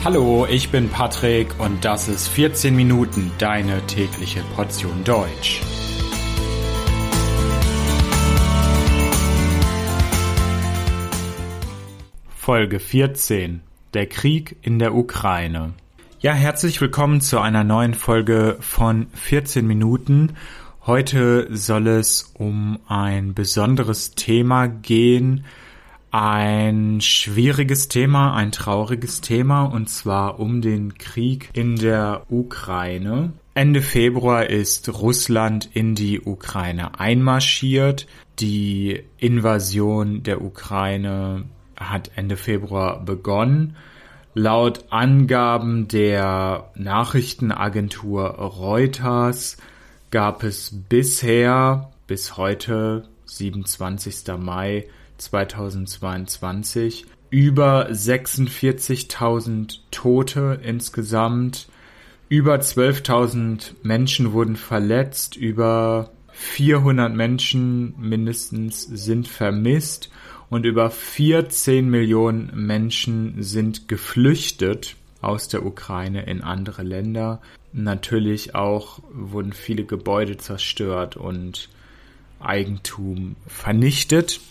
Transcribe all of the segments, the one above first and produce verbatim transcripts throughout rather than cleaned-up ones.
Hallo, ich bin Patrick und das ist vierzehn Minuten, deine tägliche Portion Deutsch. Folge vierzehn. Der Krieg in der Ukraine. Ja, herzlich willkommen zu einer neuen Folge von vierzehn Minuten. Heute soll es um ein besonderes Thema gehen, ein schwieriges Thema, ein trauriges Thema, und zwar um den Krieg in der Ukraine. Ende Februar ist Russland in die Ukraine einmarschiert. Die Invasion der Ukraine hat Ende Februar begonnen. Laut Angaben der Nachrichtenagentur Reuters gab es bisher, bis heute, siebenundzwanzigsten Mai zweitausendzweiundzwanzig, über sechsundvierzigtausend Tote insgesamt, über zwölftausend Menschen wurden verletzt, über vierhundert Menschen mindestens sind vermisst und über vierzehn Millionen Menschen sind geflüchtet aus der Ukraine in andere Länder. Natürlich auch wurden viele Gebäude zerstört und Eigentum vernichtet.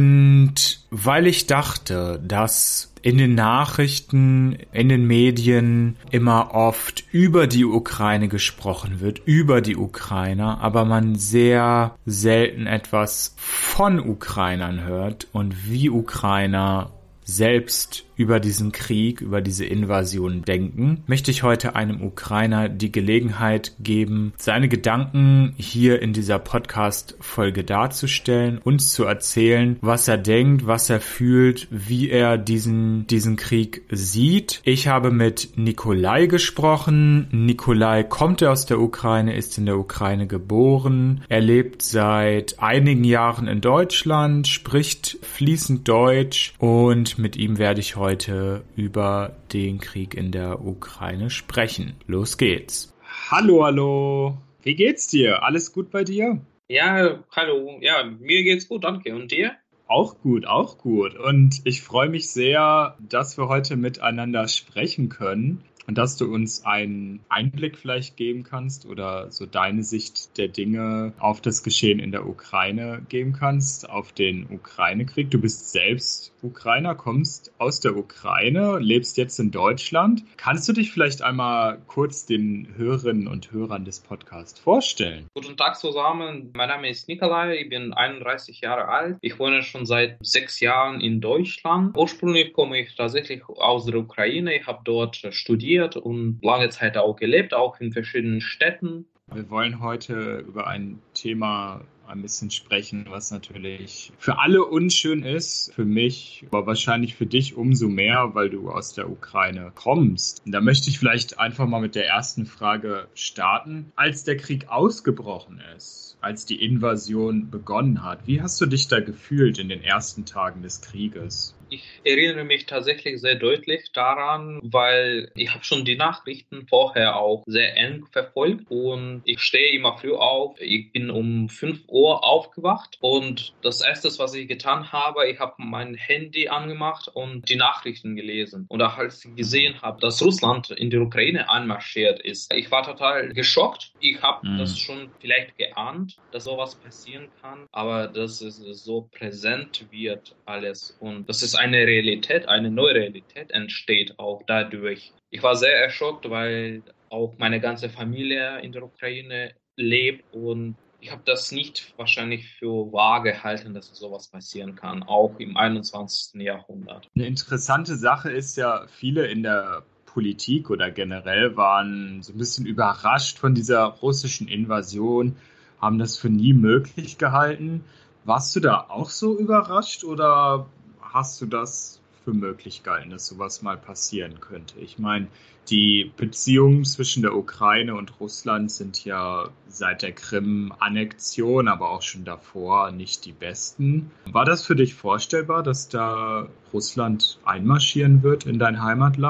Und weil ich dachte, dass in den Nachrichten, in den Medien immer oft über die Ukraine gesprochen wird, über die Ukrainer, aber man sehr selten etwas von Ukrainern hört und wie Ukrainer selbst über diesen Krieg, über diese Invasion denken, möchte ich heute einem Ukrainer die Gelegenheit geben, seine Gedanken hier in dieser Podcast-Folge darzustellen, uns zu erzählen, was er denkt, was er fühlt, wie er diesen, diesen Krieg sieht. Ich habe mit Nikolai gesprochen. Nikolai kommt aus der Ukraine, ist in der Ukraine geboren. Er lebt seit einigen Jahren in Deutschland, spricht fließend Deutsch, und mit ihm werde ich heute heute über den Krieg in der Ukraine sprechen. Los geht's. Hallo, hallo. Wie geht's dir? Alles gut bei dir? Ja, hallo. Ja, mir geht's gut, danke. Und dir? Auch gut, auch gut. Und ich freue mich sehr, dass wir heute miteinander sprechen können und dass du uns einen Einblick vielleicht geben kannst oder so deine Sicht der Dinge auf das Geschehen in der Ukraine geben kannst, auf den Ukraine-Krieg. Du bist selbst Ukrainer, kommst aus der Ukraine, lebst jetzt in Deutschland. Kannst du dich vielleicht einmal kurz den Hörerinnen und Hörern des Podcasts vorstellen? Guten Tag zusammen, mein Name ist Nikolai, ich bin einunddreißig Jahre alt. Ich wohne schon seit sechs Jahren in Deutschland. Ursprünglich komme ich tatsächlich aus der Ukraine. Ich habe dort studiert und lange Zeit auch gelebt, auch in verschiedenen Städten. Wir wollen heute über ein Thema ein bisschen sprechen, was natürlich für alle unschön ist, für mich, aber wahrscheinlich für dich umso mehr, weil du aus der Ukraine kommst. Und da möchte ich vielleicht einfach mal mit der ersten Frage starten. Als der Krieg ausgebrochen ist, als die Invasion begonnen hat, wie hast du dich da gefühlt in den ersten Tagen des Krieges? Ich erinnere mich tatsächlich sehr deutlich daran, weil ich habe schon die Nachrichten vorher auch sehr eng verfolgt und ich stehe immer früh auf. Ich bin um fünf Uhr aufgewacht und das Erste, was ich getan habe, ich habe mein Handy angemacht und die Nachrichten gelesen. Und als ich gesehen habe, dass Russland in die Ukraine einmarschiert ist, ich war total geschockt. Ich habe mhm. das schon vielleicht geahnt, dass sowas passieren kann, aber dass es so präsent wird alles und das ist eine Realität, eine neue Realität entsteht auch dadurch. Ich war sehr erschockt, weil auch meine ganze Familie in der Ukraine lebt und ich habe das nicht wahrscheinlich für wahr gehalten, dass sowas passieren kann, auch im einundzwanzigsten Jahrhundert. Eine interessante Sache ist ja, viele in der Politik oder generell waren so ein bisschen überrascht von dieser russischen Invasion, haben das für nie möglich gehalten. Warst du da auch so überrascht oder hast du das für möglich gehalten, dass sowas mal passieren könnte? Ich meine, die Beziehungen zwischen der Ukraine und Russland sind ja seit der Krim-Annexion, aber auch schon davor nicht die besten. War das für dich vorstellbar, dass da Russland einmarschieren wird in dein Heimatland?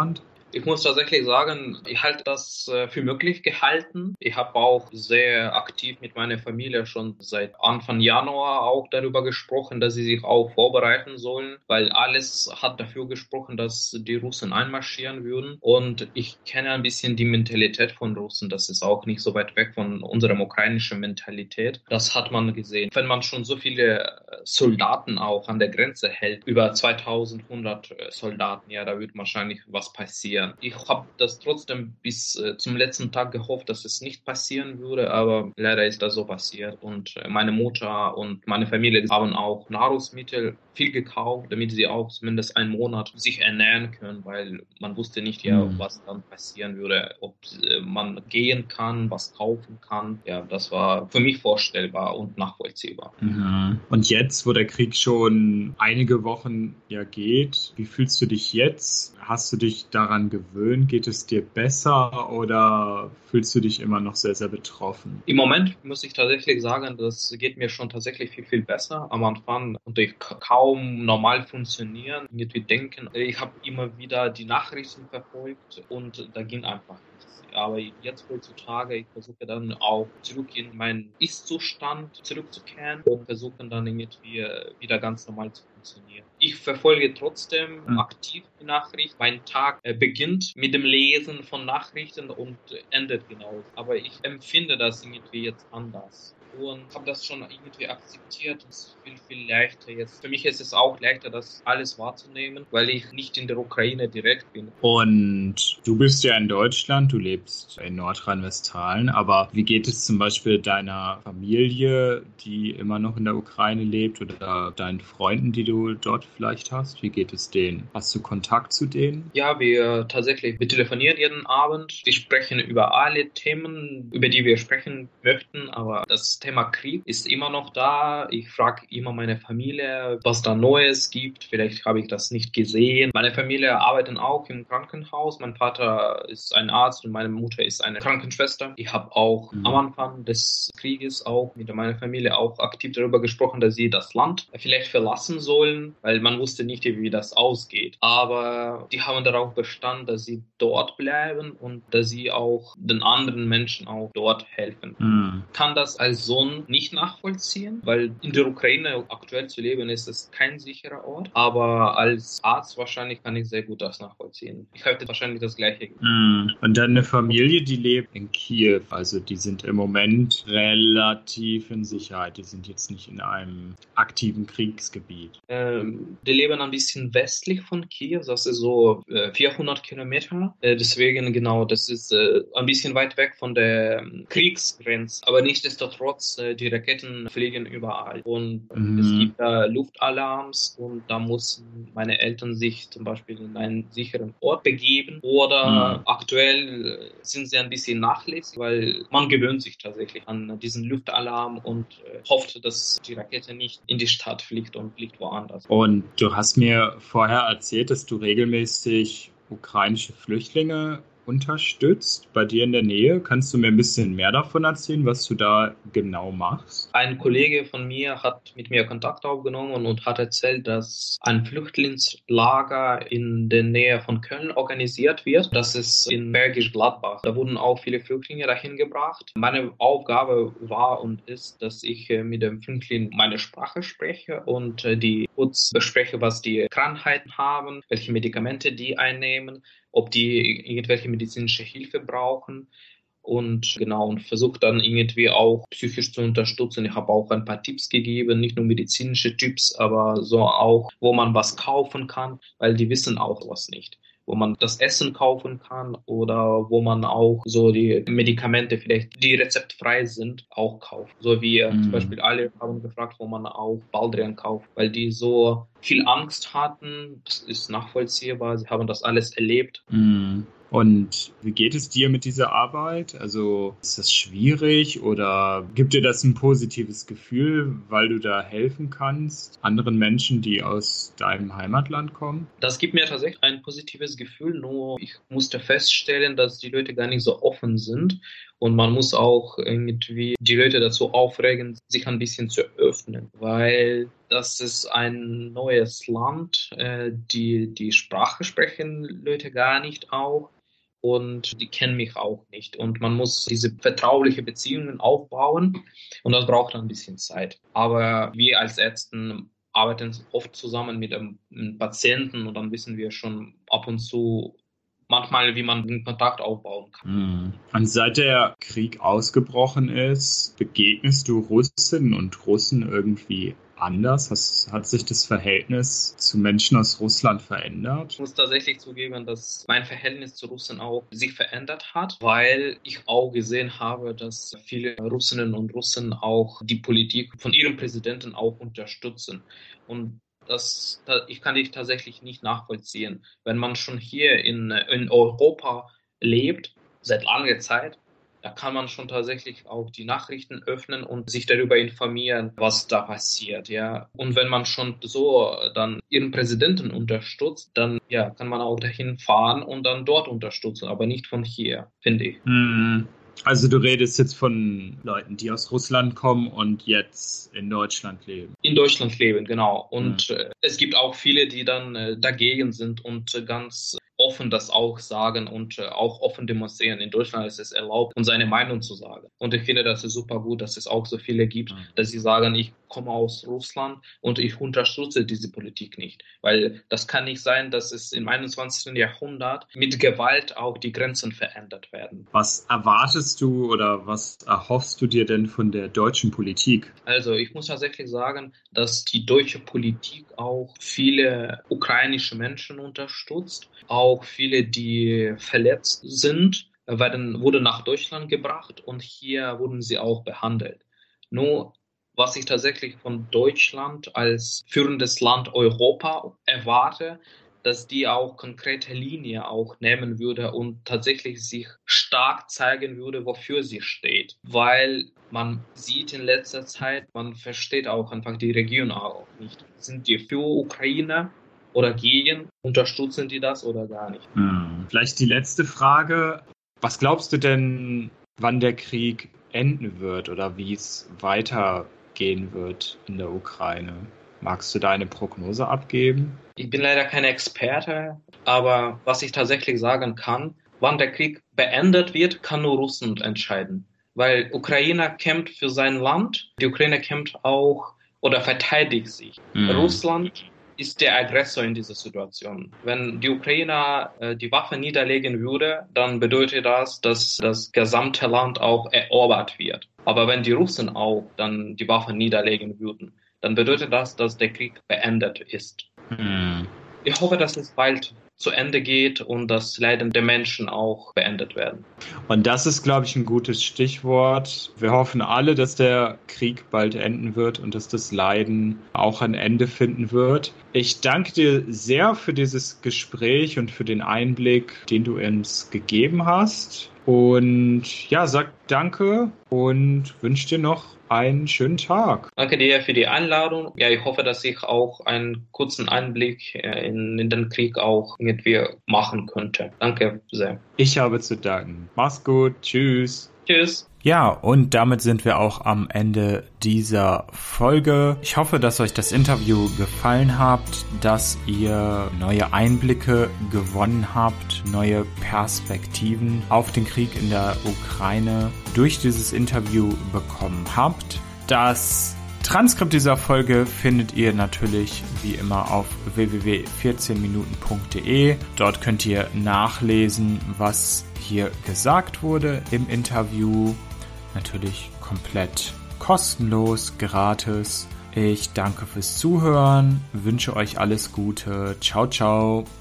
Ich muss tatsächlich sagen, ich halte das äh, für möglich gehalten. Ich habe auch sehr aktiv mit meiner Familie schon seit Anfang Januar auch darüber gesprochen, dass sie sich auch vorbereiten sollen, weil alles hat dafür gesprochen, dass die Russen einmarschieren würden. Und ich kenne ein bisschen die Mentalität von Russen. Das ist auch nicht so weit weg von unserer ukrainischen Mentalität. Das hat man gesehen. Wenn man schon so viele Soldaten auch an der Grenze hält, über zweitausendeinhundert Soldaten, ja, da wird wahrscheinlich was passieren. Ich habe das trotzdem bis äh, zum letzten Tag gehofft, dass es nicht passieren würde, aber leider ist das so passiert. Und äh, meine Mutter und meine Familie haben auch Nahrungsmittel viel gekauft, damit sie auch zumindest einen Monat sich ernähren können, weil man wusste nicht, ja, Mhm. was dann passieren würde, ob äh, man gehen kann, was kaufen kann. Ja, das war für mich vorstellbar und nachvollziehbar. Mhm. Und jetzt, wo der Krieg schon einige Wochen ja geht, wie fühlst du dich jetzt? Hast du dich daran gewöhnt? Geht es dir besser oder fühlst du dich immer noch sehr, sehr betroffen? Im Moment muss ich tatsächlich sagen, das geht mir schon tatsächlich viel, viel besser. Am Anfang konnte ich kaum normal funktionieren, irgendwie denken. Ich habe immer wieder die Nachrichten verfolgt und da ging einfach nichts. Aber jetzt heutzutage, ich versuche dann auch zurück in meinen Ist-Zustand zurückzukehren und versuche dann irgendwie wieder ganz normal zu funktionieren. Ich verfolge trotzdem Mhm. aktiv die Nachricht. Mein Tag äh, beginnt mit dem Lesen von Nachrichten und äh, endet genau. Aber ich empfinde das irgendwie jetzt anders. Und habe das schon irgendwie akzeptiert. Es ist viel, viel leichter jetzt. Für mich ist es auch leichter, das alles wahrzunehmen, weil ich nicht in der Ukraine direkt bin. Und du bist ja in Deutschland, du lebst in Nordrhein-Westfalen, aber wie geht es zum Beispiel deiner Familie, die immer noch in der Ukraine lebt, oder deinen Freunden, die du dort vielleicht hast? Wie geht es denen? Hast du Kontakt zu denen? Ja, wir tatsächlich, wir telefonieren jeden Abend. Wir sprechen über alle Themen, über die wir sprechen möchten, aber das Thema Krieg ist immer noch da. Ich frage immer meine Familie, was da Neues gibt. Vielleicht habe ich das nicht gesehen. Meine Familie arbeitet auch im Krankenhaus. Mein Vater ist ein Arzt und meine Mutter ist eine Krankenschwester. Ich habe auch am Mhm. Anfang des Krieges auch mit meiner Familie auch aktiv darüber gesprochen, dass sie das Land vielleicht verlassen sollen, weil man wusste nicht, wie das ausgeht. Aber die haben darauf bestanden, dass sie dort bleiben und dass sie auch den anderen Menschen auch dort helfen. Mhm. Ich kann das als Sohn nicht nachvollziehen, weil in der Ukraine aktuell zu leben ist es kein sicherer Ort. Aber als Arzt wahrscheinlich kann ich sehr gut das nachvollziehen. Ich hätte wahrscheinlich das Gleiche gemacht. Mhm. Und deine Familie, die lebt in Kiew, also die sind im Moment relativ in Sicherheit. Die sind jetzt nicht in einem aktiven Kriegsgebiet. Ähm, die leben ein bisschen westlich von Kiew, das ist so äh, vierhundert Kilometer. Äh, deswegen genau, das ist äh, ein bisschen weit weg von der ähm, Kriegsgrenze. Aber nichtsdestotrotz, äh, die Raketen fliegen überall. Und es Mhm. gibt da Luftalarms und da müssen meine Eltern sich zum Beispiel in einen sicheren Ort begeben. Oder Mhm. aktuell äh, sind sie ein bisschen nachlässig, weil man gewöhnt sich tatsächlich an diesen Luftalarm und äh, hofft, dass die Rakete nicht in die Stadt fliegt und fliegt woanders. Und du hast mir vorher erzählt, dass du regelmäßig ukrainische Flüchtlinge unterstützt bei dir in der Nähe. Kannst du mir ein bisschen mehr davon erzählen, was du da genau machst? Ein Kollege von mir hat mit mir Kontakt aufgenommen und hat erzählt, dass ein Flüchtlingslager in der Nähe von Köln organisiert wird. Das ist in Bergisch Gladbach. Da wurden auch viele Flüchtlinge dahin gebracht. Meine Aufgabe war und ist, dass ich äh, mit dem Flüchtling meine Sprache spreche und äh, die kurz bespreche, was die Krankheiten haben, welche Medikamente die einnehmen, ob die irgendwelche medizinische Hilfe brauchen. Und genau, und versucht dann irgendwie auch psychisch zu unterstützen. Ich habe auch ein paar Tipps gegeben, nicht nur medizinische Tipps, aber so auch, wo man was kaufen kann, weil die wissen auch was nicht. Wo man das Essen kaufen kann oder wo man auch so die Medikamente vielleicht, die rezeptfrei sind, auch kauft. So wie äh, zum Mhm. Beispiel alle haben gefragt, wo man auch Baldrian kauft, weil die so viel Angst hatten. Das ist nachvollziehbar. Sie haben das alles erlebt. Mhm. Und wie geht es dir mit dieser Arbeit? Also ist das schwierig oder gibt dir das ein positives Gefühl, weil du da helfen kannst, anderen Menschen, die aus deinem Heimatland kommen? Das gibt mir tatsächlich ein positives Gefühl, nur ich musste feststellen, dass die Leute gar nicht so offen sind Und man muss auch irgendwie die Leute dazu aufregen, sich ein bisschen zu öffnen, weil das ist ein neues Land, äh, die, die Sprache sprechen Leute gar nicht auch und die kennen mich auch nicht. Und man muss diese vertrauliche Beziehungen aufbauen und das braucht ein bisschen Zeit. Aber wir als Ärzte arbeiten oft zusammen mit einem Patienten und dann wissen wir schon ab und zu, manchmal, wie man den Kontakt aufbauen kann. Und seit der Krieg ausgebrochen ist, begegnest du Russinnen und Russen irgendwie anders? Has, hat sich das Verhältnis zu Menschen aus Russland verändert? Ich muss tatsächlich zugeben, dass mein Verhältnis zu Russen auch sich verändert hat, weil ich auch gesehen habe, dass viele Russinnen und Russen auch die Politik von ihrem Präsidenten auch unterstützen. Und Das, ich kann dich tatsächlich nicht nachvollziehen. Wenn man schon hier in, in Europa lebt, seit langer Zeit, da kann man schon tatsächlich auch die Nachrichten öffnen und sich darüber informieren, was da passiert, ja. Und wenn man schon so dann ihren Präsidenten unterstützt, dann ja, kann man auch dahin fahren und dann dort unterstützen, aber nicht von hier, finde ich. Hm. Also du redest jetzt von Leuten, die aus Russland kommen und jetzt in Deutschland leben. In Deutschland leben, genau. Und mhm. äh, es gibt auch viele, die dann äh, dagegen sind und äh, ganz offen das auch sagen und äh, auch offen demonstrieren. In Deutschland ist es erlaubt, um seine Meinung zu sagen. Und ich finde, das ist super gut, dass es auch so viele gibt, mhm. dass sie sagen, ich komme aus Russland und ich unterstütze diese Politik nicht. Weil das kann nicht sein, dass es im einundzwanzigsten Jahrhundert mit Gewalt auch die Grenzen verändert werden. Was erwartest du oder was erhoffst du dir denn von der deutschen Politik? Also ich muss tatsächlich sagen, dass die deutsche Politik auch viele ukrainische Menschen unterstützt, auch viele, die verletzt sind, werden, wurden nach Deutschland gebracht und hier wurden sie auch behandelt. Nur was ich tatsächlich von Deutschland als führendes Land Europa erwarte, dass die auch konkrete Linie auch nehmen würde und tatsächlich sich stark zeigen würde, wofür sie steht. Weil man sieht in letzter Zeit, man versteht auch einfach die Region auch nicht. Sind die für Ukraine oder gegen? Unterstützen die das oder gar nicht? Hm. Vielleicht die letzte Frage. Was glaubst du denn, wann der Krieg enden wird oder wie es weitergehen wird in der Ukraine? Magst du da eine Prognose abgeben? Ich bin leider kein Experte, aber was ich tatsächlich sagen kann, wann der Krieg beendet wird, kann nur Russland entscheiden. Weil Ukraine kämpft für sein Land, die Ukraine kämpft auch oder verteidigt sich. Mhm. Russland ist der Aggressor in dieser Situation. Wenn die Ukraine äh, die Waffe niederlegen würde, dann bedeutet das, dass das gesamte Land auch erobert wird. Aber wenn die Russen auch dann die Waffe niederlegen würden, dann bedeutet das, dass der Krieg beendet ist. Hm. Ich hoffe, dass es bald zu Ende geht und das Leiden der Menschen auch beendet werden. Und das ist, glaube ich, ein gutes Stichwort. Wir hoffen alle, dass der Krieg bald enden wird und dass das Leiden auch ein Ende finden wird. Ich danke dir sehr für dieses Gespräch und für den Einblick, den du uns gegeben hast. Und ja, sag danke und wünsche dir noch einen schönen Tag. Danke dir für die Einladung. Ja, ich hoffe, dass ich auch einen kurzen Einblick in, in den Krieg auch irgendwie machen könnte. Danke sehr. Ich habe zu danken. Mach's gut. Tschüss. Tschüss. Ja, und damit sind wir auch am Ende dieser Folge. Ich hoffe, dass euch das Interview gefallen hat, dass ihr neue Einblicke gewonnen habt, neue Perspektiven auf den Krieg in der Ukraine durch dieses Interview bekommen habt. Das Transkript dieser Folge findet ihr natürlich wie immer auf w w w punkt vierzehn minuten punkt de. Dort könnt ihr nachlesen, was hier gesagt wurde im Interview. Natürlich komplett kostenlos, gratis. Ich danke fürs Zuhören, wünsche euch alles Gute. Ciao, ciao.